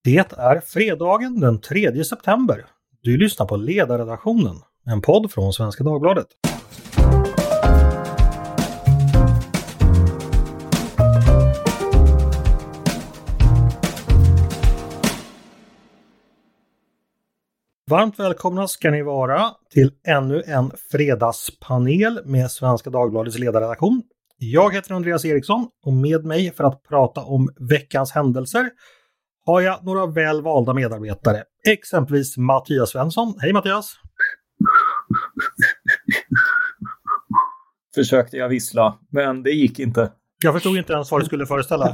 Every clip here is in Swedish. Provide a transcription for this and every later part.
Det är fredagen den 3 september. Du lyssnar på Ledarredaktionen, en podd från Svenska Dagbladet. Varmt välkomna ska ni vara till ännu en fredagspanel med Svenska Dagbladets ledarredaktion. Jag heter Andreas Eriksson och med mig för att prata om veckans händelser har jag några väl valda medarbetare. Exempelvis Mattias Svensson. Hej Mattias! Försökte jag vissla, men det gick inte. Jag förstod inte ens vad det skulle föreställa.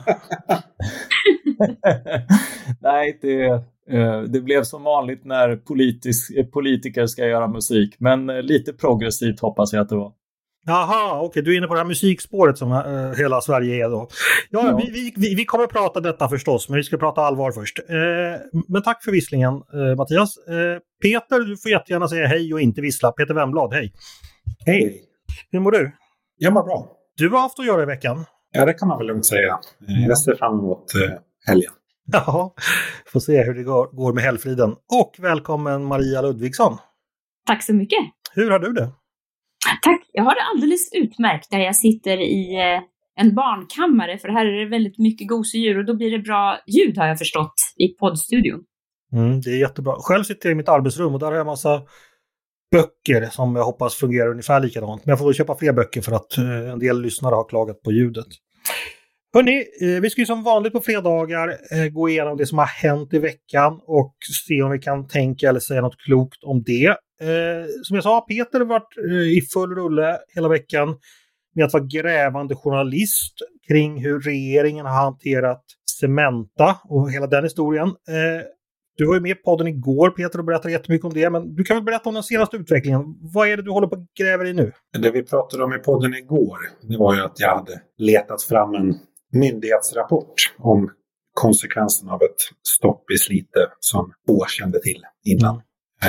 Nej, det blev som vanligt när politiker ska göra musik. Men lite progressivt hoppas jag att det var. Jaha, okej. Du är inne på det här musikspåret som hela Sverige är då. Ja. Vi kommer att prata detta förstås, men vi ska prata allvar först. Men tack för visslingen, Mattias. Peter, du får jättegärna säga hej och inte vissla. Peter Wemblad, hej. Hej. Hur mår du? Jag mår bra. Du har haft att göra i veckan. Ja, det kan man väl lugnt säga. Jag ser fram emot helgen. Ja, får se hur det går med helgfriden. Och välkommen Maria Ludvigsson. Tack så mycket. Hur har du det? Tack, jag har det alldeles utmärkt där jag sitter i en barnkammare. För här är det väldigt mycket gosedjur och då blir det bra ljud har jag förstått i poddstudion. Det är jättebra. Själv sitter jag i mitt arbetsrum och där har jag en massa böcker som jag hoppas fungerar ungefär likadant. Men jag får köpa fler böcker för att en del lyssnare har klagat på ljudet. Hörrni, vi ska ju som vanligt på fredagar gå igenom det som har hänt i veckan och se om vi kan tänka eller säga något klokt om det. Som jag sa, Peter har varit i full rulle hela veckan med att vara grävande journalist kring hur regeringen har hanterat Cementa och hela den historien. Du var ju med i podden igår, Peter, och berättade jättemycket om det. Men du kan väl berätta om den senaste utvecklingen. Vad är det du håller på att gräva i nu? Det vi pratade om i podden igår, det var ju att jag hade letat fram en myndighetsrapport om konsekvenserna av ett stopp i Slite som få kände till innan.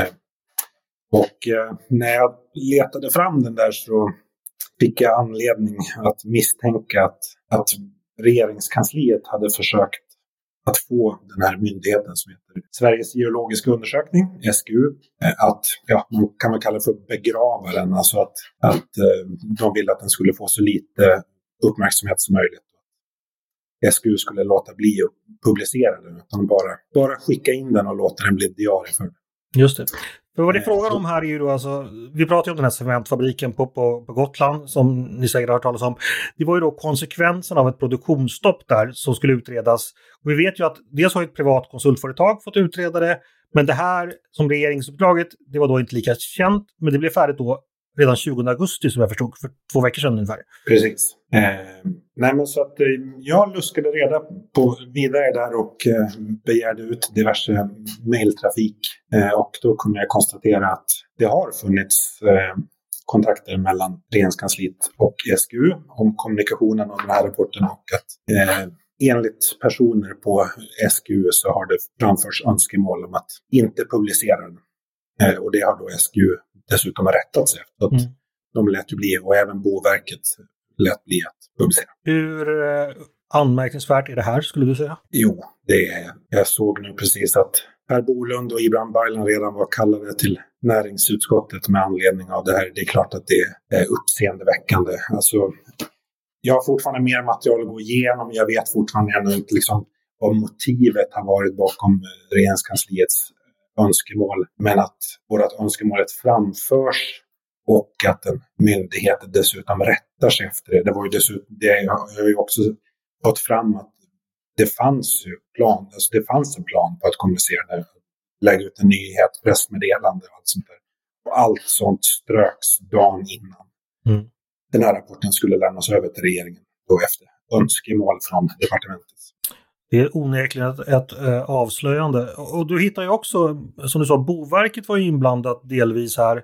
När jag letade fram den där så fick jag anledning att misstänka att regeringskansliet hade försökt att få den här myndigheten som heter Sveriges geologiska undersökning, SGU, att man kan väl kalla det för begrava den, alltså att de ville att den skulle få så lite uppmärksamhet som möjligt. SGU skulle låta bli att publicera den utan bara skicka in den och låta den bli diarieförd. Just det. För vad det är frågan om här är ju då alltså, vi pratar ju om den här cementfabriken på Gotland som ni säkert har hört talas om. Det var ju då konsekvensen av ett produktionsstopp där som skulle utredas. Och vi vet ju att dels har ett privat konsultföretag fått utreda det, men det här som regeringsuppdraget, det var då inte lika känt, men det blev färdigt då redan 20 augusti som jag förstod, för 2 veckor sedan ungefär. Precis. Nej men så att jag luskade reda på vidare där och begärde ut diverse mejltrafik. Och då kunde jag konstatera att det har funnits kontakter mellan regeringskansliet och SGU om kommunikationen av den här rapporten och att enligt personer på SGU så har det framförts önskemål om att inte publicera den. Och det har då SGU dessutom rättat sig efter. Att de lät ju bli, och även Boverket lät bli att publicera. Hur anmärkningsvärt är det här skulle du säga? Jo, det är. Jag såg nu precis att Per Bolund och Ibrahim Baylan redan var kallade till näringsutskottet med anledning av det här. Det är klart att det är uppseendeväckande. Alltså, jag har fortfarande mer material att gå igenom. Jag vet fortfarande ännu inte liksom vad motivet har varit bakom regeringskansliets önskemål, men att vårt önskemålet framförs och att en myndighet dessutom rättar sig efter det. Det var ju dessutom, jag har ju också fått fram att det fanns en plan på att kommunicera det, lägga ut en nyhet, pressmeddelande och allt sånt där. Och allt sånt ströks dagen innan den här rapporten skulle lämnas över till regeringen då efter önskemål från departementet. Det är onekligen ett avslöjande. Och du hittar ju också, som du sa, Boverket var ju inblandat delvis här.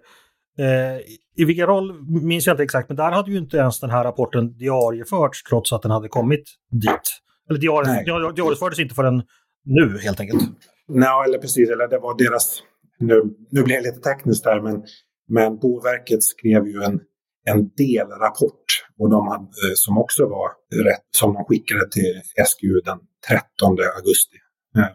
I vilken roll minns jag inte exakt, men där hade ju inte ens den här rapporten diarieförts trots att den hade kommit dit. Eller diariefördes inte förrän nu helt enkelt. Nej, eller precis. Eller det var deras... Nu blir det lite tekniskt där, men Boverket skrev ju en delrapport och de hade, som också var rätt, som de skickade till SGU den 13 augusti.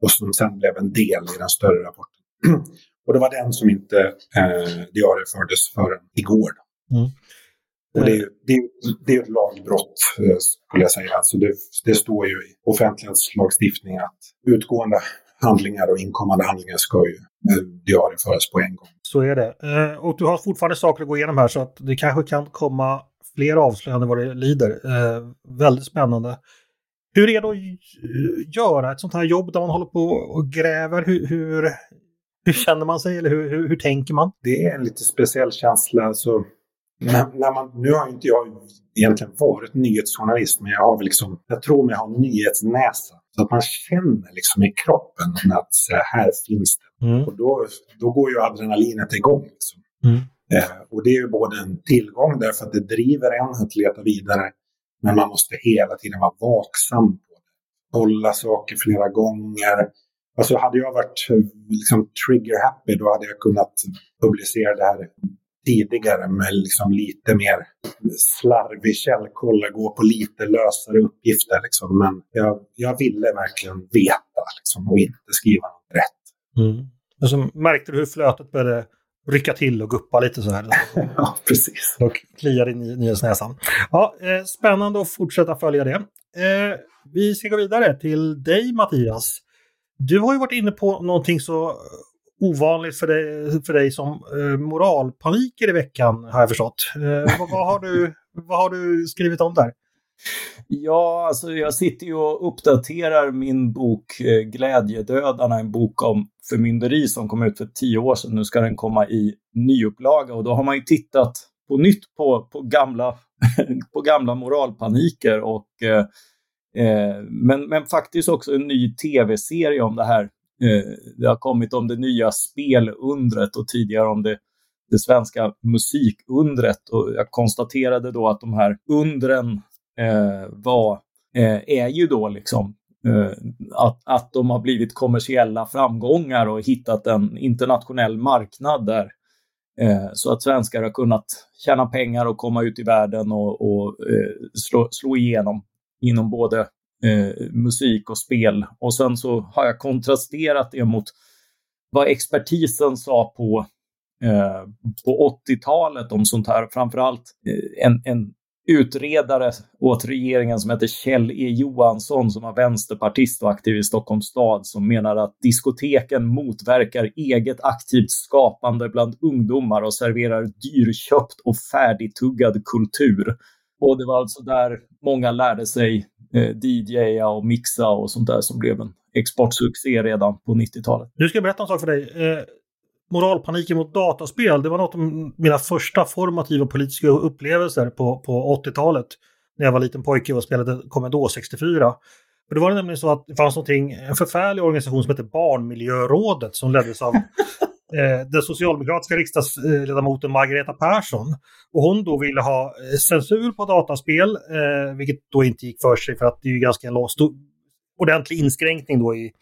och som sen blev en del i den större rapporten. Och det var den som inte diariefördes förrän igår. Mm. Och det är ett lagbrott, skulle jag säga. Alltså det står ju i offentlighetslagstiftning att utgående handlingar och inkommande handlingar ska ju diarieföras på en gång. Så är det. Och du har fortfarande saker att gå igenom här, så att det kanske kan komma fler avslöjanden vad det lider. Väldigt spännande. Hur är det att göra ett sånt här jobb där man håller på och gräver? Hur känner man sig, eller hur tänker man? Det är en lite speciell känsla. Alltså, nu har inte jag egentligen varit nyhetsjournalist, men jag tror mig ha en nyhetsnäsa. Så att man känner liksom i kroppen att här finns det. Mm. Och då går ju adrenalinet igång. Liksom. Mm. Och det är ju både en tillgång därför att det driver en att leta vidare. Men man måste hela tiden vara vaksam på det. Hålla saker flera gånger. Alltså hade jag varit liksom trigger happy, då hade jag kunnat publicera det här tidigare med liksom lite mer slarvig källkoll, gå på lite lösare uppgifter. Liksom. Men jag ville verkligen veta liksom, och inte skriva något rätt. Mm. Alltså, märkte du hur flötet började rycka till och guppa lite så här? Ja, precis. Och kliar i nyhetsnäsan. Ja, spännande att fortsätta följa det. Vi ska gå vidare till dig, Mattias. Du har ju varit inne på någonting så ovanligt för dig som moralpaniker i veckan, har jag förstått. Vad har du skrivit om där? Ja, alltså jag sitter ju och uppdaterar min bok Glädjedödarna, en bok om förmynderi som kom ut för 10 år sedan. Nu ska den komma i nyupplaga, och då har man ju tittat på nytt på gamla moralpaniker och men faktiskt också en ny tv-serie om det här. Det har kommit om det nya spelundret och tidigare om det svenska musikundret, och jag konstaterade då att de här undren är ju då liksom att de har blivit kommersiella framgångar och hittat en internationell marknad där, så att svenskar har kunnat tjäna pengar och komma ut i världen och slå igenom inom både musik och spel. Och sen så har jag kontrasterat det mot vad expertisen sa på 80-talet om sånt här. Framförallt en utredare åt regeringen som heter Kjell E. Johansson, som var vänsterpartist och aktiv i Stockholms stad, som menar att diskoteken motverkar eget aktivt skapande bland ungdomar och serverar dyrköpt och färdigtuggad kultur. Och det var alltså där många lärde sig DJa och mixa och sånt där, som blev en exportsuccé redan på 90-talet. Nu ska jag berätta en sak för dig. Moralpaniken mot dataspel, det var något av mina första formativa politiska upplevelser på 80-talet. När jag var liten pojke och spelade Commodore 64. För det var nämligen så att det fanns en förfärlig organisation som heter Barnmiljörådet, som leddes av den socialdemokratiska riksdagsledamoten Margareta Persson. Och hon då ville ha censur på dataspel, vilket då inte gick för sig, för att det är ju ganska en ordentlig inskränkning då i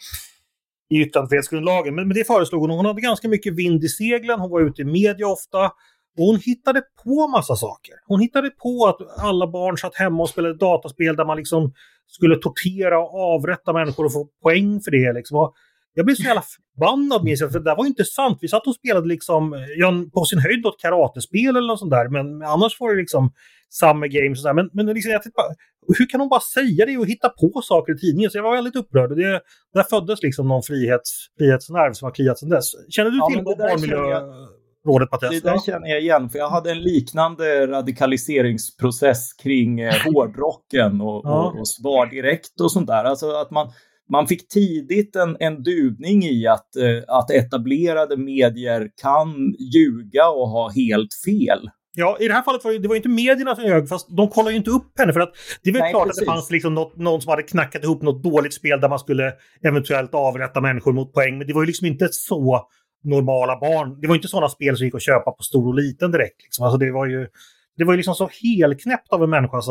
yttrandefrihetsgrundlagen. Men det föreslog hon. Hon hade ganska mycket vind i seglen. Hon var ute i media ofta. Och hon hittade på massa saker. Hon hittade på att alla barn satt hemma och spelade dataspel där man liksom skulle tortera och avrätta människor och få poäng för det. Liksom. Och jag blev så jävla förbannad med sig, för det var ju inte sant. Vi satt och spelade liksom, på sin höjd något karatespel eller något sånt där. Men annars var det liksom Summer Games och sådär. Men liksom, jag tänkte bara, hur kan hon bara säga det och hitta på saker i tidningen? Så jag var väldigt upprörd. Där föddes liksom någon frihetsnerv som har kliat sedan dess. Känner du till Barnmiljörådet, Mattias? Det där känner jag igen, för jag hade en liknande radikaliseringsprocess kring hårdrocken och Svar direkt och sånt där. Alltså att man fick tidigt en duvning i att etablerade medier kan ljuga och ha helt fel. Ja, i det här fallet var det inte medierna som ljög, fast de kollade ju inte upp henne, för att det är väl klart precis. Att det fanns liksom någon som hade knackat ihop något dåligt spel där man skulle eventuellt avrätta människor mot poäng, men det var ju liksom inte så normala barn. Det var inte sådana spel som gick att köpa på stor och liten direkt. Liksom. Alltså det var ju liksom så helknäppt av en människa som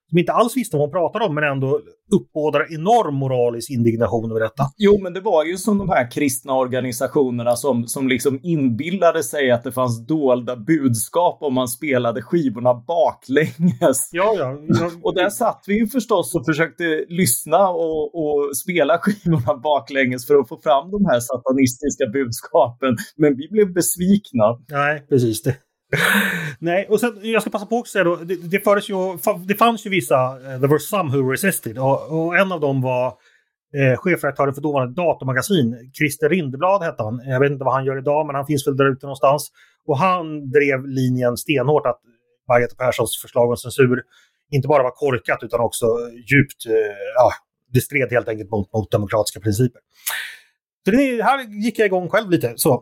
som inte alls visste vad hon pratade om, men ändå uppbådar enorm moralisk indignation över detta. Jo, men det var ju som de här kristna organisationerna som liksom inbillade sig att det fanns dolda budskap om man spelade skivorna baklänges. Ja. Och där satt vi ju förstås och försökte lyssna och spela skivorna baklänges för att få fram de här satanistiska budskapen. Men vi blev besvikna. Nej, precis det. Nej, och sen, jag ska passa på att säga då, det fanns ju vissa, there were some who resisted, och en av dem var chefredaktören för dåvarande datamagasin, Christer Rindeblad hette han. Jag vet inte vad han gör idag, men han finns väl där ute någonstans. Och han drev linjen stenhårt att Margareta Perssons förslag om censur inte bara var korkat utan också djupt, det stred helt enkelt mot demokratiska principer. Så det här gick jag igång själv lite. Så,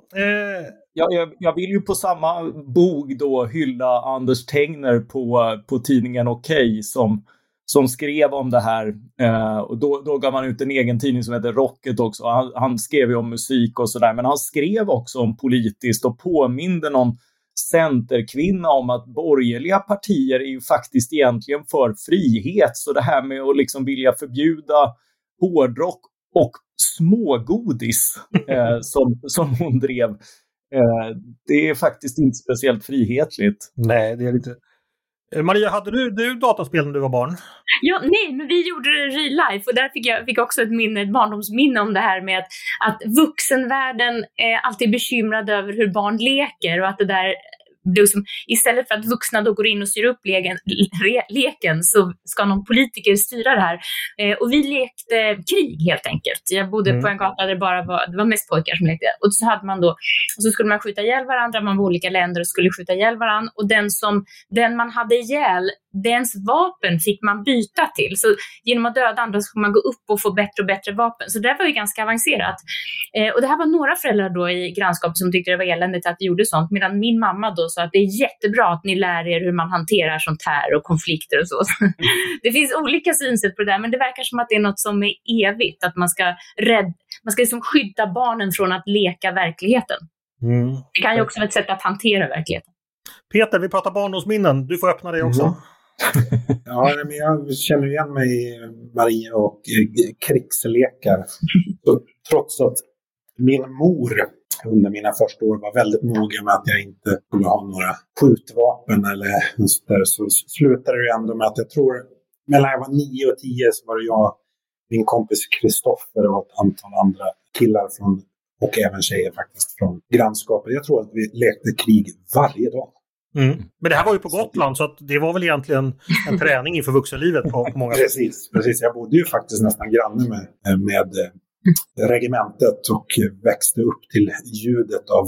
Jag vill ju på samma bog då hylla Anders Tegner på tidningen Okej som skrev om det här. Och då gav man ut en egen tidning som heter Rocket också. Han skrev ju om musik och sådär. Men han skrev också om politiskt och påminde någon centerkvinna om att borgerliga partier är ju faktiskt egentligen för frihet. Så det här med att liksom vilja förbjuda hårdrock och smågodis som hon drev. Det är faktiskt inte speciellt frihetligt. Nej, det är lite... Maria, hade du dataspel när du var barn? Ja, nej, men vi gjorde det real life och där fick jag också ett barndomsminne om det här med att vuxenvärlden är alltid bekymrad över hur barn leker och att det där istället för att vuxna då går in och styr upp leken så ska någon politiker styra det här. Och vi lekte krig helt enkelt. Jag bodde på en gata där det var mest pojkar som lekte. Och så hade man då, och så skulle man skjuta ihjäl varandra, man var olika länder och skulle skjuta ihjäl varandra. Och den man hade ihjäl, dens vapen fick man byta till. Så genom att döda andra så skulle man gå upp och få bättre och bättre vapen. Så det var ju ganska avancerat. Och det här var några föräldrar då i grannskapet som tyckte det var eländigt att vi gjorde sånt. Medan min mamma då sa att det är jättebra att ni lär er hur man hanterar sånt här och konflikter och så. Det finns olika synsätt på det där, men det verkar som att det är något som är evigt. Att man ska liksom skydda barnen från att leka verkligheten. Det kan ju också vara ett sätt att hantera verkligheten. Peter, vi pratar barndomsminnen. Du får öppna dig också. Ja, men jag känner igen mig i Maria och krigslekar. Så, trots att min mor under mina första år var väldigt noga med att jag inte skulle ha några skjutvapen eller så där, så slutade det ändå med att jag tror mellan jag var 9 och 10 så var det jag, min kompis Kristoffer och ett antal andra killar och även tjejer faktiskt från grannskapet. Jag tror att vi lekte krig varje dag. Men det här var ju på Gotland så att det var väl egentligen en träning inför vuxenlivet på många sätt. Precis. Jag bodde ju faktiskt nästan granne med regementet och växte upp till ljudet av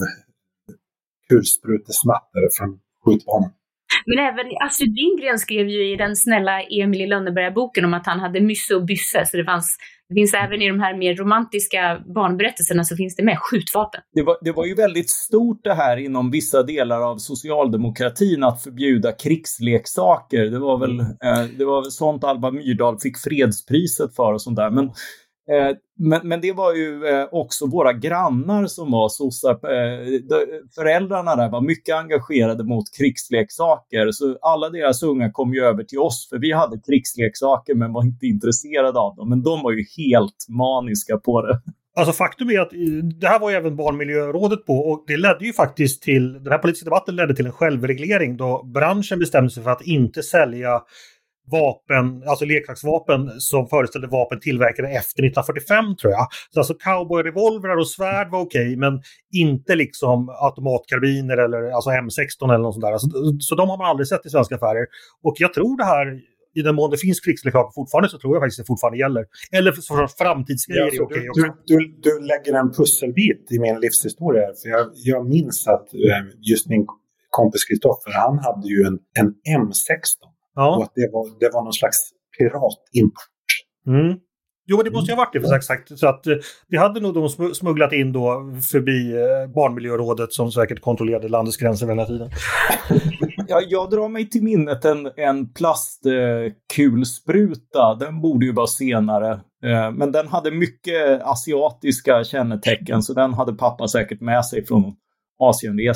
kulsprutesmatter från skjutbanan. Men även Astrid Lindgren skrev ju i den snälla Emil i Lönneberga-boken om att han hade mysse och bysse. Så det finns även i de här mer romantiska barnberättelserna så finns det med skjutvapen. Det var ju väldigt stort det här inom vissa delar av socialdemokratin att förbjuda krigsleksaker. Det var väl sånt Alva Myrdal fick fredspriset för och sånt där. Men det var ju också våra grannar som var sossar. Föräldrarna där var mycket engagerade mot krigsleksaker. Så alla deras unga kom ju över till oss. För vi hade krigsleksaker men var inte intresserade av dem. Men de var ju helt maniska på det. Alltså faktum är att det här var ju även Barnmiljörådet på. Och det ledde ju faktiskt till, den här politiska debatten ledde till en självreglering. Då branschen bestämde sig för att inte sälja vapen, alltså leksaksvapen som föreställde vapen tillverkade efter 1945 tror jag. Så alltså cowboyrevolvrar och svärd var okej, men inte liksom automatkarbiner eller alltså M16 eller något sånt där. Så de har man aldrig sett i svenska affärer. Och jag tror det här, i den mån det finns krigsleksaker fortfarande, så tror jag faktiskt det fortfarande gäller. Eller för framtidsgrejer är okej också. Du lägger en pusselbit i min livshistoria. För jag minns att just min kompis Kristoffer, han hade ju en M16. Ja. Och att det var någon slags piratimport. Jo, men det måste ju ha varit det för sagt. Så att det hade nog de smugglat in då förbi Barnmiljörådet som säkert kontrollerade landets gränser vid den här tiden. Ja, jag drar mig till minnet en plastkulspruta. Den borde ju vara senare. Men den hade mycket asiatiska kännetecken så den hade pappa säkert med sig från Asienresa.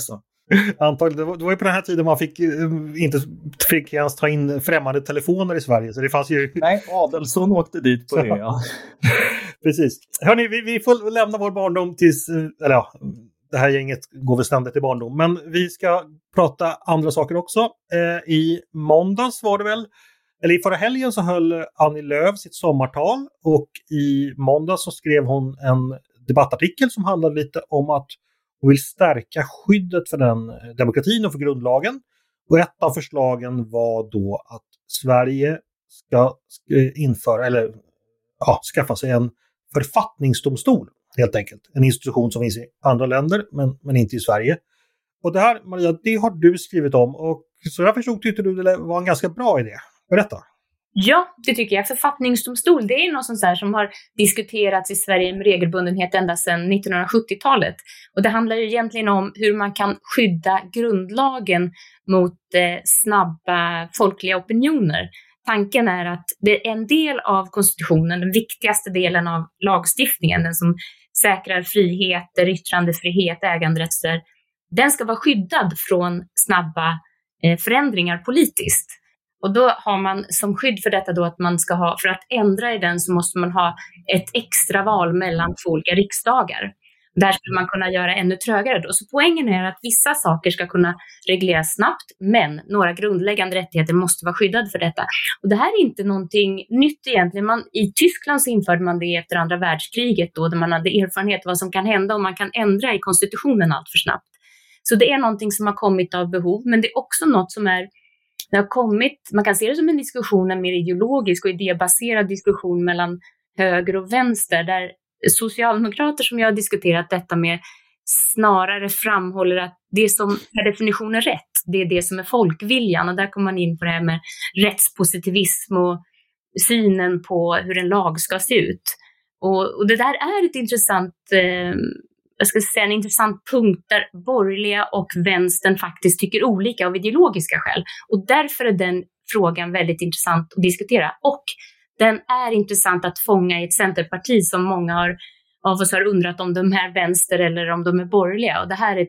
Antagligen. Det var ju på den här tiden man inte fick ens ta in främmande telefoner i Sverige. Så det fanns ju... Nej, Adelsson åkte dit på det, ja. Precis. Hörrni, vi får lämna vår barndom tills... Eller ja, det här gänget går väl ständigt i barndom. Men vi ska prata andra saker också. I måndags var det väl... Eller i förra helgen så höll Annie Lööf sitt sommartal. Och i måndags så skrev hon en debattartikel som handlade lite om att hon vill stärka skyddet för den demokratin och för grundlagen. Och ett av förslagen var då att Sverige ska införa eller skaffa sig en författningsdomstol helt enkelt. En institution som finns i andra länder men inte i Sverige. Och det här, Maria, det har du skrivit om och så jag förstod tyckte du det var en ganska bra idé. Berätta. Ja, det tycker jag. Författningsdomstol, det är något sånt där som har diskuterats i Sverige med regelbundenhet ända sedan 1970-talet. Och det handlar ju egentligen om hur man kan skydda grundlagen mot snabba folkliga opinioner. Tanken är att det är en del av konstitutionen, den viktigaste delen av lagstiftningen, den som säkrar friheter, yttrandefrihet, äganderätter, den ska vara skyddad från snabba förändringar politiskt. Och då har man som skydd för detta då att man ska ha, för att ändra i den så måste man ha ett extra val mellan två olika riksdagar. Där skulle man kunna göra ännu trögare då. Så poängen är att vissa saker ska kunna regleras snabbt, men några grundläggande rättigheter måste vara skyddade för detta. Och det här är inte någonting nytt egentligen. I Tyskland så införde man det efter andra världskriget då, där man hade erfarenhet av vad som kan hända om man kan ändra i konstitutionen allt för snabbt. Så det är någonting som har kommit av behov, men det är också något som det har kommit, man kan se det som en diskussion, en mer ideologisk och idébaserad diskussion mellan höger och vänster, där socialdemokrater som jag har diskuterat detta med snarare framhåller att det som per definition är rätt, det är det som är folkviljan, och där kommer man in på det här med rättspositivism och synen på hur en lag ska se ut. Och det där är ett intressant en intressant punkt där borgerliga och vänstern faktiskt tycker olika av ideologiska skäl. Och därför är den frågan väldigt intressant att diskutera. Och den är intressant att fånga i ett centerparti som många av oss har undrat om de är vänster eller om de är borgerliga. Och det här är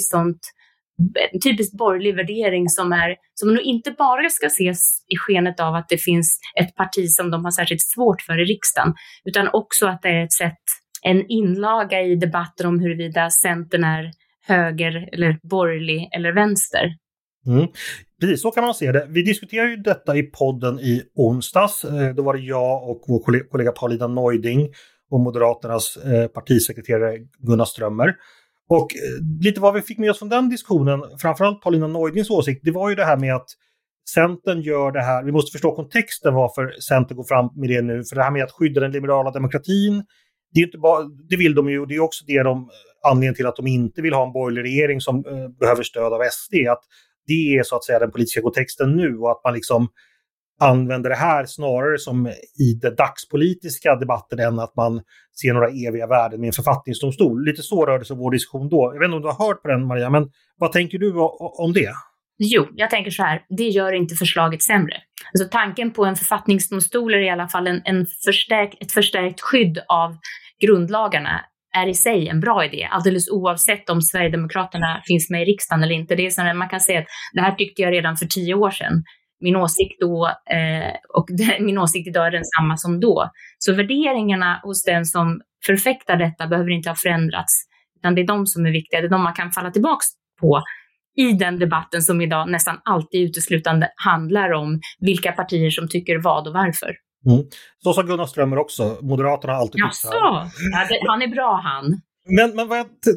en typisk borgerlig värdering som nog inte bara ska ses i skenet av att det finns ett parti som de har särskilt svårt för i riksdagen, utan också att det är en inlaga i debatter om huruvida Centern är höger eller borgerlig eller vänster. Precis, så kan man se det. Vi diskuterade ju detta i podden i onsdags. Då var det jag och vår kollega Paulina Neuding och Moderaternas partisekreterare Gunnar Strömmer. Och lite vad vi fick med oss från den diskussionen, framförallt Paulina Neudings åsikt, det var ju det här med att Centern gör det här. Vi måste förstå kontexten varför Centern går fram med det nu. För det här med att skydda den liberala demokratin, det är inte bara, det vill de ju, och det är också det anledningen till att de inte vill ha en borgerlig regering som behöver stöd av SD, att det är så att säga den politiska kontexten nu, och att man liksom använder det här snarare som i den dagspolitiska debatten än att man ser några eviga värden med en författningsdomstol. Lite så rörde sig vår diskussion då. Jag vet inte om du har hört på den, Maria, men vad tänker du om det? Jo, jag tänker så här, det gör inte förslaget sämre. Alltså tanken på en författningsdomstol är i alla fall ett förstärkt skydd av grundlagarna är i sig en bra idé, alldeles oavsett om Sverigedemokraterna finns med i riksdagen eller inte. Det är så att man kan säga att det här tyckte jag redan för 10 år sedan. Min åsikt då och min åsikt idag är densamma som då. Så värderingarna hos den som förfäktar detta behöver inte ha förändrats, utan det är de som är viktiga, det är de man kan falla tillbaka på i den debatten som idag nästan alltid uteslutande handlar om vilka partier som tycker vad och varför. Så sa Gunnar Strömmer också. Moderaterna har alltid tyckt så. Ja, han är bra han. Men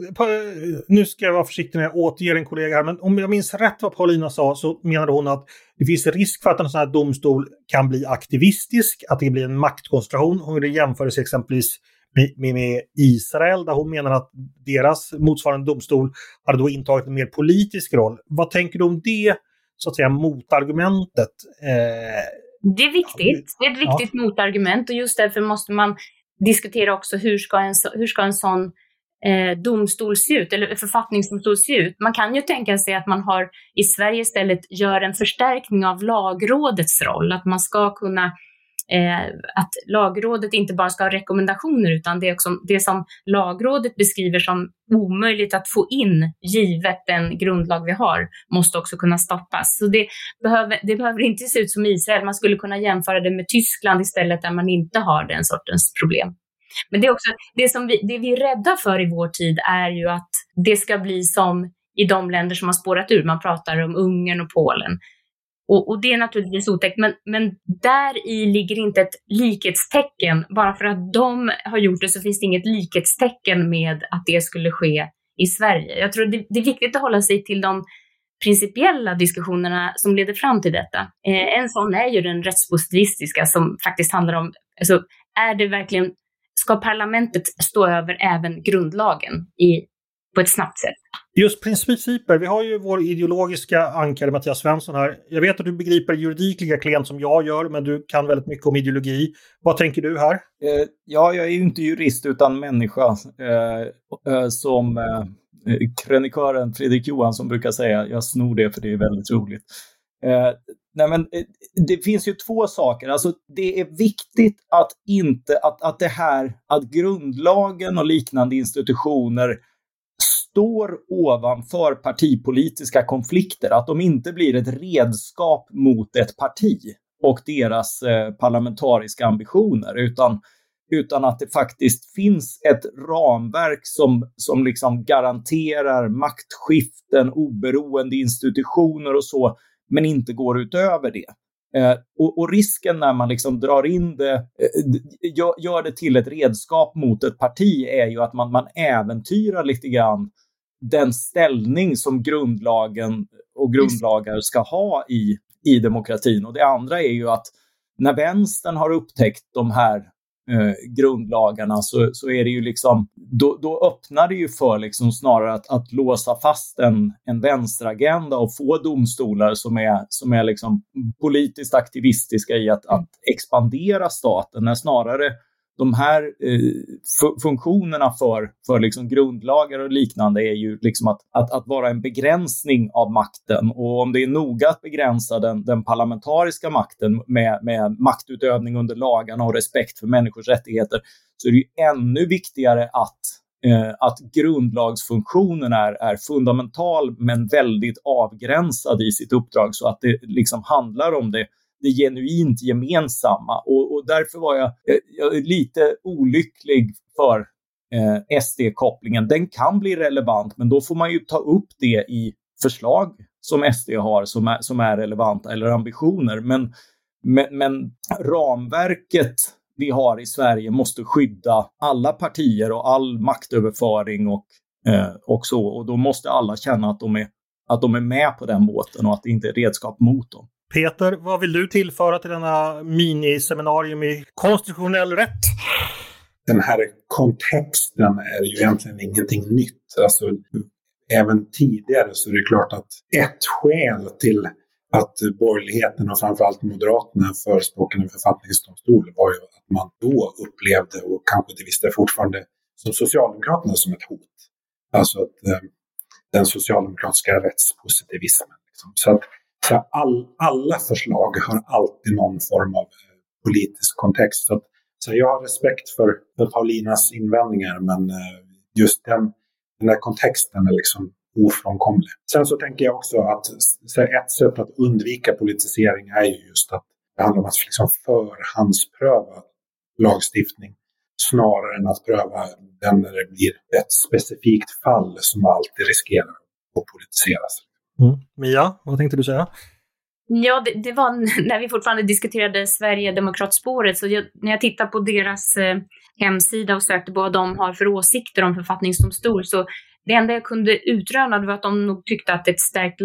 nu ska jag vara försiktig när jag återger en kollega här, men om jag minns rätt vad Paulina sa så menade hon att det finns risk för att en sån här domstol kan bli aktivistisk, att det blir en maktkoncentration. Hon ville jämföra sig exempelvis med Israel, där hon menar att deras motsvarande domstol hade då intagit en mer politisk roll. Vad tänker du om det, så att säga, motargumentet? Det är viktigt. Det är ett viktigt motargument, och just därför måste man diskutera också hur ska en sån domstol se ut, eller författningsdomstol se ut. Man kan ju tänka sig att man har i Sverige istället gör en förstärkning av lagrådets roll, att man ska kunna att lagrådet inte bara ska ha rekommendationer, utan det är också det som lagrådet beskriver som omöjligt att få in givet den grundlag vi har, måste också kunna stoppas. Så det behöver inte se ut som Israel. Man skulle kunna jämföra det med Tyskland istället, där man inte har den sortens problem. Men det är också det vi är rädda för i vår tid är ju att det ska bli som i de länder som har spårat ur. Man pratar om Ungern och Polen. Och det är naturligtvis otäckt, men där i ligger inte ett likhetstecken. Bara för att de har gjort det så finns det inget likhetstecken med att det skulle ske i Sverige. Jag tror det är viktigt att hålla sig till de principiella diskussionerna som leder fram till detta. En sån är ju den rättspositivistiska, som faktiskt handlar om, alltså, är det verkligen, ska parlamentet stå över även grundlagen på ett snabbt sätt? Just principer. Vi har ju vår ideologiska ankare Mattias Svensson här. Jag vet att du begriper juridik lika klent som jag gör, men du kan väldigt mycket om ideologi. Vad tänker du här? Ja, jag är ju inte jurist utan människa. Som krönikören Fredrik Johansson brukar säga. Jag snor det för det är väldigt roligt. Det finns ju två saker. Alltså, det är viktigt att det här, att grundlagen och liknande institutioner står ovanför partipolitiska konflikter, att de inte blir ett redskap mot ett parti och deras parlamentariska ambitioner, utan att det faktiskt finns ett ramverk som liksom garanterar maktskiften, oberoende institutioner och så, men inte går utöver det. Och risken när man liksom drar in det, gör det till ett redskap mot ett parti, är ju att man äventyrar lite grann den ställning som grundlagen och grundlagar ska ha i demokratin. Och det andra är ju att när vänstern har upptäckt de här grundlagarna så är det ju liksom, då öppnar det ju för liksom snarare att låsa fast en vänsteragenda och få domstolar som är liksom politiskt aktivistiska i att expandera staten, när snarare de här funktionerna för liksom grundlagar och liknande är ju liksom att vara en begränsning av makten. Och om det är noga att begränsa den parlamentariska makten med maktutövning under lagarna och respekt för människors rättigheter, så är det ju ännu viktigare att grundlagsfunktionen är fundamental men väldigt avgränsad i sitt uppdrag, så att det liksom handlar om det genuint gemensamma. Och därför var jag lite olycklig för SD-kopplingen. Den kan bli relevant, men då får man ju ta upp det i förslag som SD har som är relevanta, eller ambitioner. Men ramverket vi har i Sverige måste skydda alla partier och all maktöverföring och så. Och då måste alla känna att de är med på den båten och att det inte är redskap mot dem. Peter, vad vill du tillföra till denna miniseminarium i konstitutionell rätt? Den här kontexten är ju egentligen ingenting nytt. Alltså, även tidigare så är det klart att ett skäl till att borgerligheten och framförallt Moderaterna förespråkade en författningsdomstol var ju att man då upplevde, och kanske till viss del fortfarande, som Socialdemokraterna som ett hot. Alltså att den socialdemokratiska rättspositivismen. Liksom. Så alla förslag har alltid någon form av politisk kontext. Så jag har respekt för Paulinas invändningar, men just den här kontexten är liksom ofrånkomlig. Sen så tänker jag också att ett sätt att undvika politisering är ju just att det handlar om att liksom förhandspröva lagstiftning snarare än att pröva den när det blir ett specifikt fall som alltid riskerar att politiseras. Mia, vad tänkte du säga? Ja, det var när vi fortfarande diskuterade Sverigedemokratspåret, så när jag tittar på deras hemsida och sökte på vad de har för åsikter om författningsdomstol, så det enda jag kunde utröna var att de nog tyckte att ett stärkt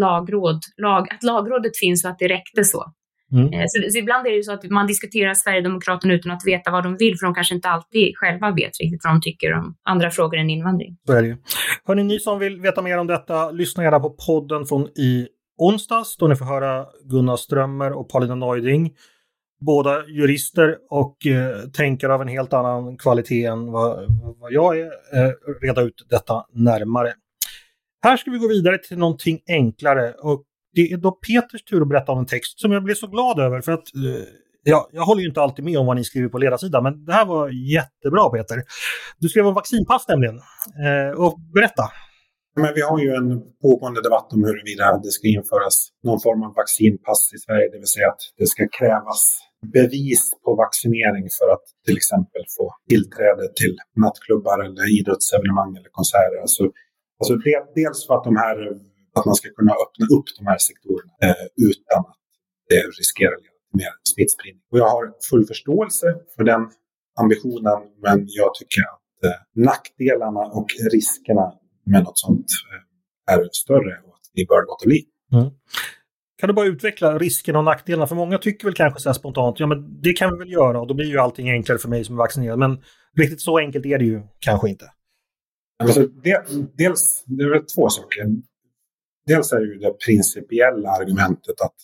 att lagrådet finns och att det räckte så. Så ibland är det ju så att man diskuterar Sverigedemokraterna utan att veta vad de vill, för de kanske inte alltid själva vet riktigt vad de tycker om andra frågor än invandring. Så är det ju. Hörrni, ni som vill veta mer om detta, lyssna gärna på podden från i onsdags, då ni får höra Gunnar Strömmer och Paulina Neuding. Båda jurister och tänkare av en helt annan kvalitet än vad jag är. Reda ut detta närmare. Här ska vi gå vidare till någonting enklare, och det är då Peters tur att berätta om en text som jag blev så glad över, för att Ja, jag håller ju inte alltid med om vad ni skriver på ledarsidan, men det här var jättebra, Peter. Du skrev om vaccinpass nämligen. Och berätta. Men vi har ju en pågående debatt om huruvida det ska införas någon form av vaccinpass i Sverige. Det vill säga att det ska krävas bevis på vaccinering för att till exempel få tillträde till nattklubbar eller idrottsevenemang eller konserter. Alltså dels för att man ska kunna öppna upp de här sektorerna utan att det riskerar att leda till mer smittspridning. Och jag har full förståelse för den ambitionen, men jag tycker att nackdelarna och riskerna med något sånt är större och att vi bör låta bli. Mm. Kan du bara utveckla riskerna och nackdelarna? För många tycker väl kanske så här spontant, ja men det kan vi väl göra och då blir ju allting enklare för mig som är vaccinerad. Men riktigt så enkelt är det ju kanske inte. Alltså, dels, det är väl två saker. Dels är det ju det principiella argumentet att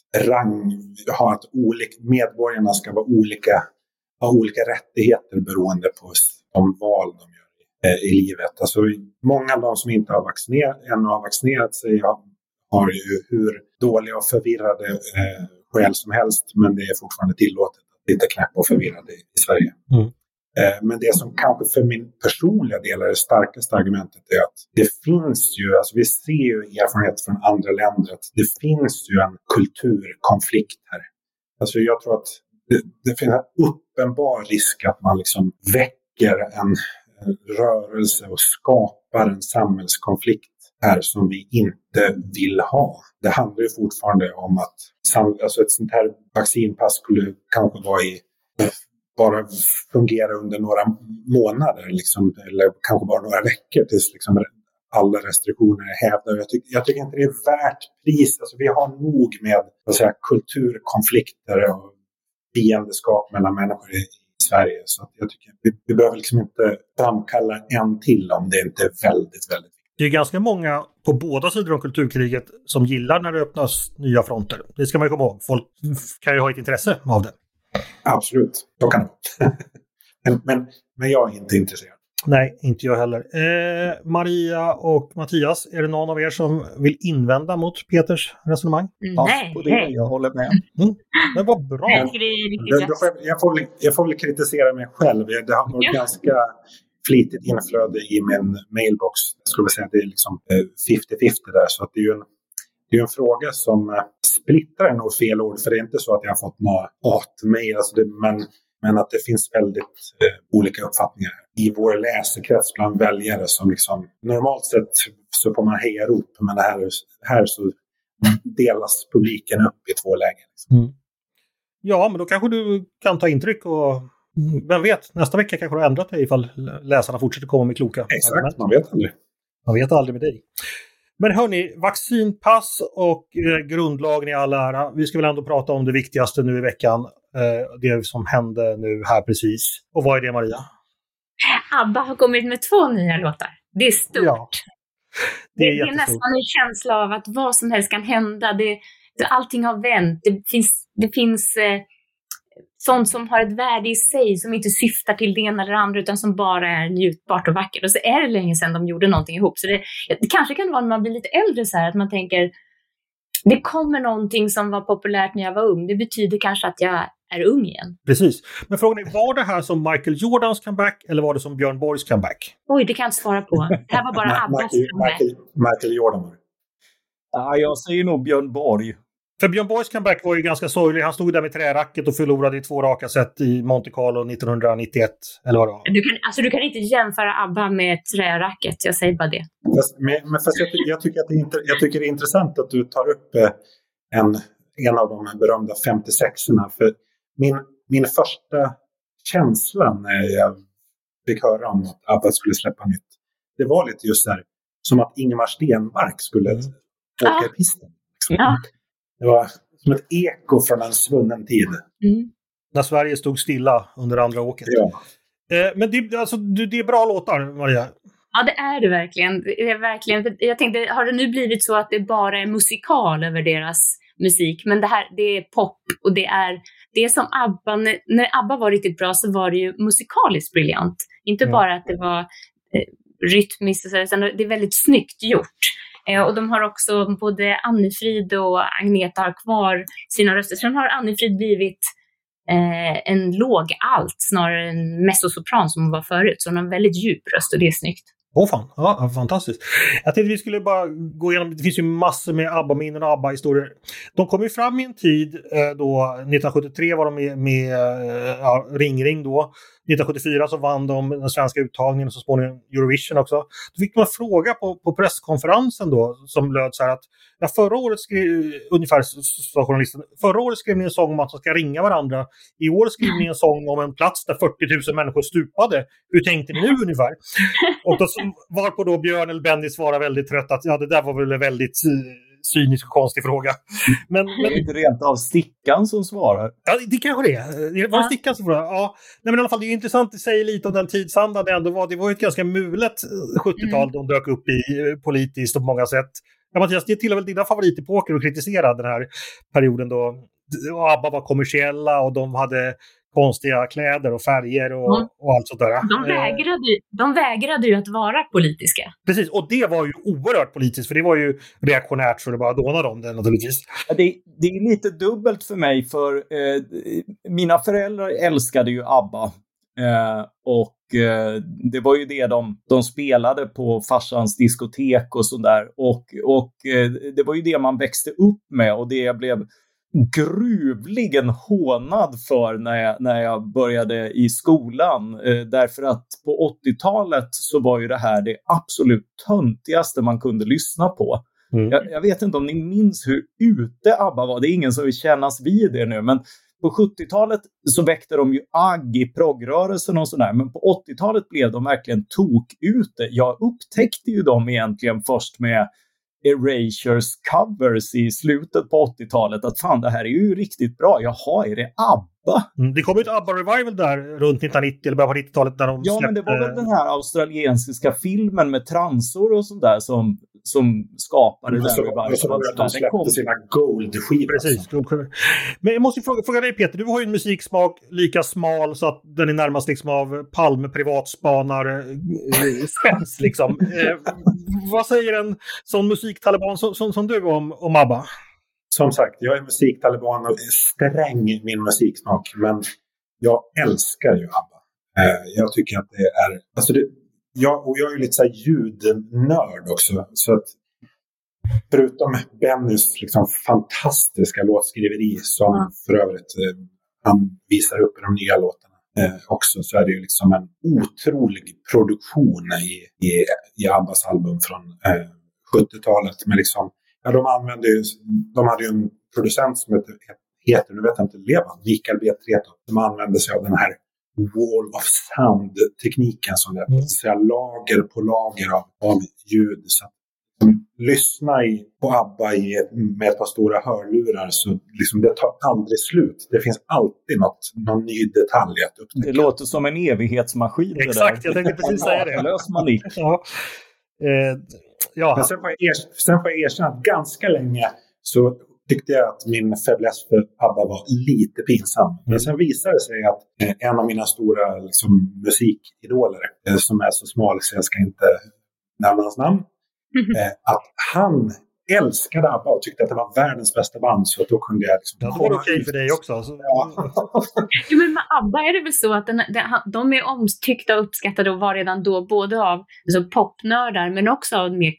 medborgarna ska vara ha olika rättigheter beroende på de val de gör i livet. Alltså, många av de som inte har vaccinerat sig har ju hur dåliga och förvirrade skäl som helst, men det är fortfarande tillåtet att lite knäpp och förvirrade i Sverige. Mm. Men det som kanske för min personliga del är det starkaste argumentet är att det finns ju, alltså vi ser ju erfarenhet från andra länder att det finns ju en kulturkonflikt här. Alltså jag tror att det finns en uppenbar risk att man liksom väcker en rörelse och skapar en samhällskonflikt här som vi inte vill ha. Det handlar ju fortfarande om att ett sånt här vaccinpass skulle kanske bara fungera under några månader liksom, eller kanske bara några veckor tills liksom alla restriktioner är hävda. Jag tycker inte det är värt pris. Alltså, vi har nog med kulturkonflikter och fiendeskap mellan människor i Sverige. Så att jag tycker vi behöver liksom inte framkalla en till om det inte är väldigt, väldigt viktigt. Det är ganska många på båda sidor om kulturkriget som gillar när det öppnas nya fronter. Det ska man ju komma ihåg. Folk kan ju ha ett intresse av det. Absolut, så kan det. men jag är inte intresserad. Nej, inte jag heller. Maria och Mattias, är det någon av er som vill invända mot Peters resonemang? Nej, jag håller med. Det var bra. Jag får väl kritisera mig själv. Det har varit ganska flitigt inflöde i min mailbox. Jag skulle säga att det är liksom 50-50 där. Så att det är ju en fråga som splittrar nog fel ord. För det är inte så att jag har fått några hatmejl. Alltså men att det finns väldigt olika uppfattningar i vår läsekrets bland väljare som liksom, normalt sett så får man heja rop, men här så delas publiken upp i två läger. Liksom. Mm. Ja, men då kanske du kan ta intryck och vem vet, nästa vecka kanske du har ändrat dig ifall läsarna fortsätter komma med kloka. Exakt, man vet aldrig. Man vet aldrig med dig. Men hörni, vaccinpass och grundlagen i all ära. Vi ska väl ändå prata om det viktigaste nu i veckan. Det som hände nu här precis. Och vad är det, Maria? ABBA har kommit med 2 nya låtar. Det är stort. Ja, det är nästan en känsla av att vad som helst kan hända. Allting har vänt. Det finns sånt som har ett värde i sig som inte syftar till det ena eller andra utan som bara är njutbart och vackert. Och så är det länge sedan de gjorde någonting ihop. Så det kanske kan vara när man blir lite äldre så här att man tänker det kommer någonting som var populärt när jag var ung. Det betyder kanske att jag är ung igen. Precis. Men frågan är, var det här som Michael Jordans comeback eller var det som Björn Borgs comeback? Oj, det kan jag inte svara på. Det här var bara Abbas comeback. Michael Jordan. Ja, jag säger nog Björn Borg. För Björn Borgs comeback var ju ganska sorglig. Han stod där med träracket och förlorade i 2 raka set i Monte Carlo 1991. Eller vad det var. Du kan inte jämföra ABBA med träracket. Jag säger bara det. Fast jag tycker det är intressant att du tar upp en av de berömda 56orna. För min första känsla när jag fick höra om att ABBA skulle släppa nytt. Det var lite just där som att Ingemar Stenmark skulle åka i pisten. Ja. Det var som ett eko från en svunnen tid. Mm. När Sverige stod stilla under andra åket. Ja. Men det är bra låtar, Maria. Ja, det är det verkligen. Jag tänkte, har det nu blivit så att det bara är musikal över deras musik? Men det är pop och det är som ABBA. När ABBA var riktigt bra så var det ju musikaliskt briljant. Inte bara att det var rytmiskt och så, utan det är väldigt snyggt gjort. Och de har också både Annefrid och Agneta har kvar sina röster. Sen har Annefrid blivit en låg alt snarare än mezzosopran som hon var förut. Så hon har en väldigt djup röst och det är snyggt. Fan, ja, fantastiskt. Jag tänkte vi skulle bara gå igenom, det finns ju massor med ABBA-minnen och ABBA-historier. De kom ju fram i en tid då, 1973 var de med Ring då. 1974 så vann de den svenska uttagningen och så småningom Eurovision också. Då fick man fråga på presskonferensen då som löd så här att förra året skrev, ungefär sa journalisten, förra året skrev ni en sång om att de ska ringa varandra. I år skrev ni en sång om en plats där 40 000 människor stupade. Hur tänkte ni nu ungefär? Och då varpå då Björn eller Benny svarade väldigt trött att det där var väl en väldigt cynisk och konstig fråga. Men det är inte rent av Stickan som svarar. Ja, det kanske det är. Det var Stickan som svarar. Ja, nej, men i alla fall det är intressant att säga lite om den tidsandan det ändå var. Det var ju ett ganska mulet 70-tal de dök upp i politiskt på många sätt. Ja, Mattias, det tillhör väl dina favoritepoker att kritisera den här perioden då ABBA var kommersiella och de hade konstiga kläder och färger och allt sånt där. De vägrade ju att vara politiska. Precis, och det var ju oerhört politiskt för det var ju reaktionärt så det bara dånade om det naturligtvis. Det är lite dubbelt för mig för mina föräldrar älskade ju ABBA. Och det var ju det de spelade på farsans diskotek och sådär. Och det var ju det man växte upp med och det jag blev gruvligen hånad för när jag började i skolan. Därför att på 80-talet så var ju det här det absolut töntigaste man kunde lyssna på. Jag vet inte om ni minns hur ute ABBA var. Det är ingen som vill kännas vid det nu, men på 70-talet så väckte de ju agg i progrörelsen och sådär. Men på 80-talet blev de verkligen ute. Jag upptäckte ju dem egentligen först med Erasures covers i slutet på 80-talet. Att fan, det här är ju riktigt bra. Jaha, är det ABBA? Det kom ju ett ABBA-revival där runt 1990 eller början på 90-talet. Där de släppte... men det var väl den här australiensiska filmen med transor och sånt där som skapade den revivalen. De släppte sina gold-skivor. Precis, gold-skivor. Men jag måste fråga dig Peter, du har ju en musiksmak lika smal så att den är närmast liksom av Palme privatspanare spets liksom. Vad säger en sån musiktaliban som du om ABBA? Som sagt, jag är musiktaliban och sträng min musiksmak, men jag älskar ju ABBA. Jag tycker att det är... Alltså jag är ju lite så här ljudnörd också, så att förutom Bennys liksom fantastiska låtskriveri som för övrigt han visar upp i de nya låtarna också, så är det ju liksom en otrolig produktion i Abbas album från 70-talet med liksom, ja, de hade ju en producent som heter nu vet jag inte, Mikael B. Treto, som använde sig av den här wall of sound-tekniken som det är, lager på lager av ljud. Så att lyssna på ABBA med ett par stora hörlurar så liksom det tar aldrig slut. Det finns alltid någon ny detalj att upptäcka. Det låter som en evighetsmaskin. Exakt, jag tänkte precis säga det. Lös manik. Ja. Men sen får jag erkänna att ganska länge så tyckte jag att min fäbless för ABBA var lite pinsam. Men sen visade det sig att en av mina stora liksom, musikidoler som är så smal så jag ska inte nämna hans namn, att han älskade ABBA och tyckte att det var världens bästa band, så att då kunde jag liksom... Ja, det var okej för dig också. Alltså. Ja. Jo, men med ABBA är det väl så att de är omtyckta och uppskattade och var redan då både av alltså, popnördar men också av mer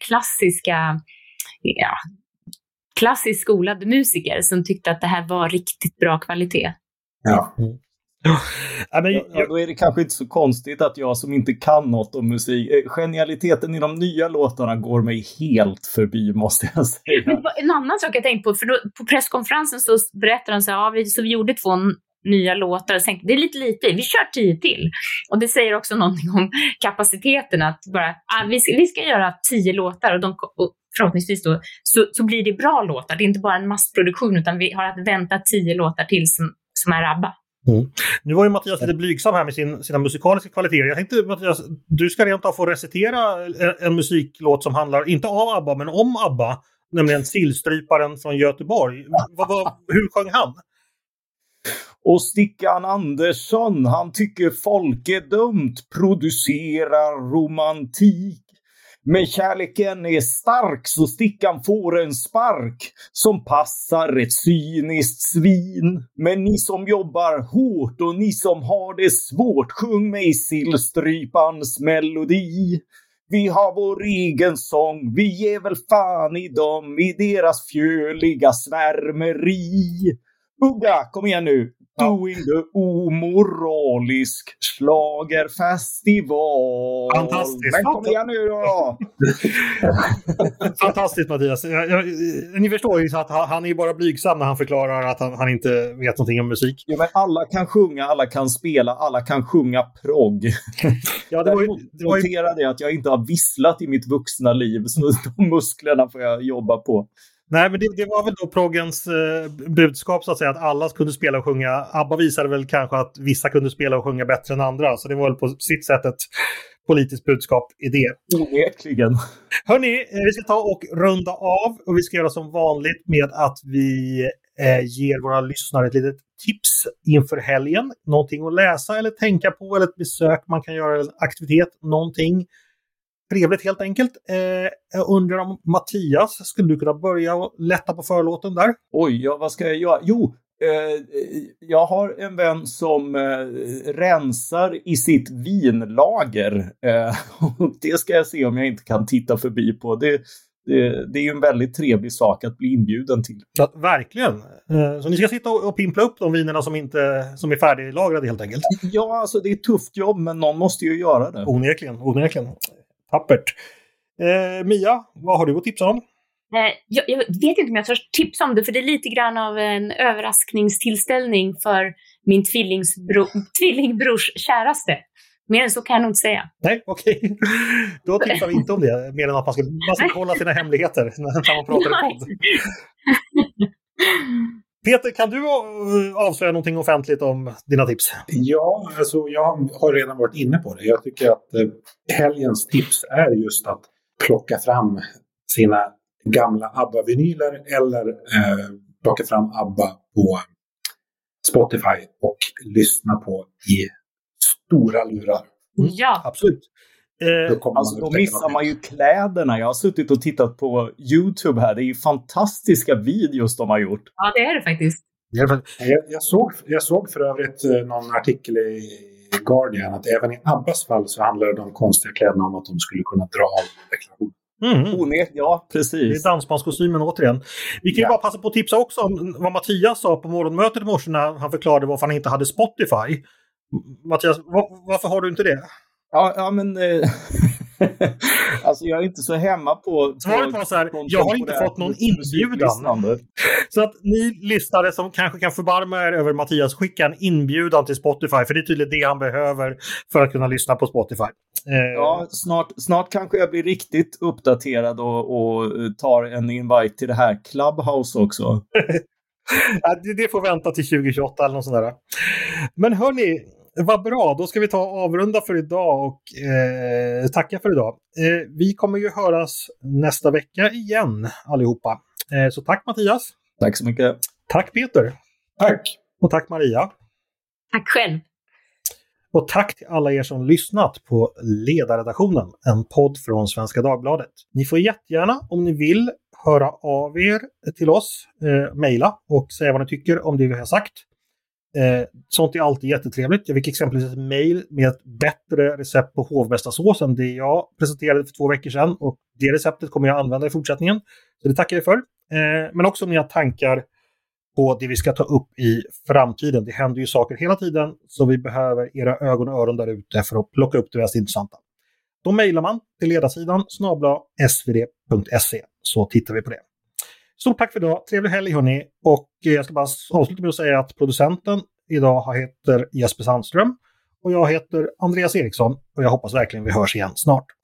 klassiskt skolade musiker som tyckte att det här var riktigt bra kvalitet. Ja. Då är det kanske inte så konstigt att jag som inte kan något om musik, genialiteten i de nya låtarna går mig helt förbi, måste jag säga. Men en annan sak jag tänkte på, för då, på presskonferensen så berättade de så här, vi gjorde 2 nya låtar och tänkte, det är lite, vi kör 10 till. Och det säger också någonting om kapaciteten, att bara, vi ska göra 10 låtar och förhoppningsvis då, så blir det bra låtar. Det är inte bara en massproduktion utan vi har att vänta 10 låtar till som är ABBA. Nu var ju Mattias lite blygsam här med sina musikaliska kvaliteter. Jag tänkte Mattias, du ska rent av få recitera en musiklåt som handlar, inte av ABBA men om ABBA, nämligen Sillstryparen från Göteborg. Hur sjöng han? Och Stickan Andersson, han tycker folk är dumt, producerar romantik. Men kärleken är stark så stickan får en spark som passar ett cyniskt svin. Men ni som jobbar hårt och ni som har det svårt, sjung mig sillstrypans melodi. Vi har vår egen sång, vi ger väl fan i dem, i deras fjöliga svärmeri. Ugga, kom igen nu. Doing the omoralisk schlagerfestival. Fantastiskt. Men kom igen nu då. Fantastiskt, Mattias. Ni förstår ju att han är bara blygsam när han förklarar att han inte vet någonting om musik. Ja, men alla kan sjunga, alla kan spela, alla kan sjunga progg. Ja, jag noterade att jag inte har visslat i mitt vuxna liv, så de musklerna får jag jobba på. Nej, men det var väl då proggens budskap så att säga, att alla kunde spela och sjunga. ABBA visade väl kanske att vissa kunde spela och sjunga bättre än andra. Så det var väl på sitt sätt ett politiskt budskap i det. Onekligen. Hörrni, vi ska ta och runda av. Och vi ska göra som vanligt med att vi ger våra lyssnare ett litet tips inför helgen. Någonting att läsa eller tänka på, eller ett besök man kan göra, en aktivitet, någonting trevligt helt enkelt. Jag undrar om Mattias, skulle du kunna börja och lätta på förlåten där? Oj, ja, vad ska jag göra? Jo, jag har en vän som rensar i sitt vinlager. Det ska jag se om jag inte kan titta förbi på. Det är ju en väldigt trevlig sak att bli inbjuden till. Ja, verkligen. Så ni ska sitta och pimpla upp de vinerna som är färdiglagrade helt enkelt? Ja, alltså det är ett tufft jobb, men någon måste ju göra det. Onekligen. Tappert. Mia, vad har du att tipsa om? Jag vet inte om jag törs tipsa om det, för det är lite grann av en överraskningstillställning för min tvillingbrors käraste. Mer än så kan jag nog inte säga. Nej, okej. Då tipsar vi inte om det. Mer än att man ska hålla sina hemligheter när man pratar i podd. Peter, kan du avslöja någonting offentligt om dina tips? Ja, alltså jag har redan varit inne på det. Jag tycker att helgens tips är just att plocka fram sina gamla ABBA-vinyler eller plocka fram ABBA på Spotify och lyssna på i stora lurar. Ja, absolut. Då missar man ju kläderna. Jag har suttit och tittat på YouTube här. Det är ju fantastiska videos de har gjort. Ja, det är det faktiskt. Jag såg för övrigt någon artikel i Guardian att även i Abbas fall så handlar de konstiga kläderna om att de skulle kunna dra av deklaration. Ja, precis. Det är dansbandskostymen återigen. Vi kan ju bara passa på att tipsa också om vad Mattias sa på morgonmötet i morse när han förklarade varför han inte hade Spotify. Mattias, varför har du inte det? Ja, men alltså jag är inte så hemma på... Svaret var så här, jag har inte fått någon inbjudan. Så att ni lyssnare som kanske kan förbarma er över Mattias, skicka en inbjudan till Spotify, för det är tydligen det han behöver för att kunna lyssna på Spotify. Ja, snart kanske jag blir riktigt uppdaterad och tar en invite till det här Clubhouse också. Det får vänta till 2028 eller något sånt där. Men hörni, vad bra, då ska vi ta avrunda för idag och tacka för idag. Vi kommer ju höras nästa vecka igen allihopa. Så tack Mattias. Tack så mycket. Tack Peter. Tack. Och tack Maria. Tack själv. Och tack till alla er som lyssnat på Ledarredaktionen, en podd från Svenska Dagbladet. Ni får jättegärna, om ni vill, höra av er till oss, mejla och säga vad ni tycker om det vi har sagt. Sånt är alltid jättetrevligt. Jag fick exempelvis ett mejl med ett bättre recept på hovmästarsås än det jag presenterade för 2 veckor sedan, och det receptet kommer jag använda i fortsättningen. Så det tackar jag för. Men också om ni har tankar på det vi ska ta upp i framtiden. Det händer ju saker hela tiden, så vi behöver era ögon och öron där ute för att plocka upp det mest intressanta. Då mejlar man till ledarsidan @svd.se, så tittar vi på det. Stort tack för idag. Trevlig helg hörni. Och jag ska bara avsluta med att säga att producenten idag heter Jesper Sandström och jag heter Andreas Eriksson, och jag hoppas verkligen vi hörs igen snart.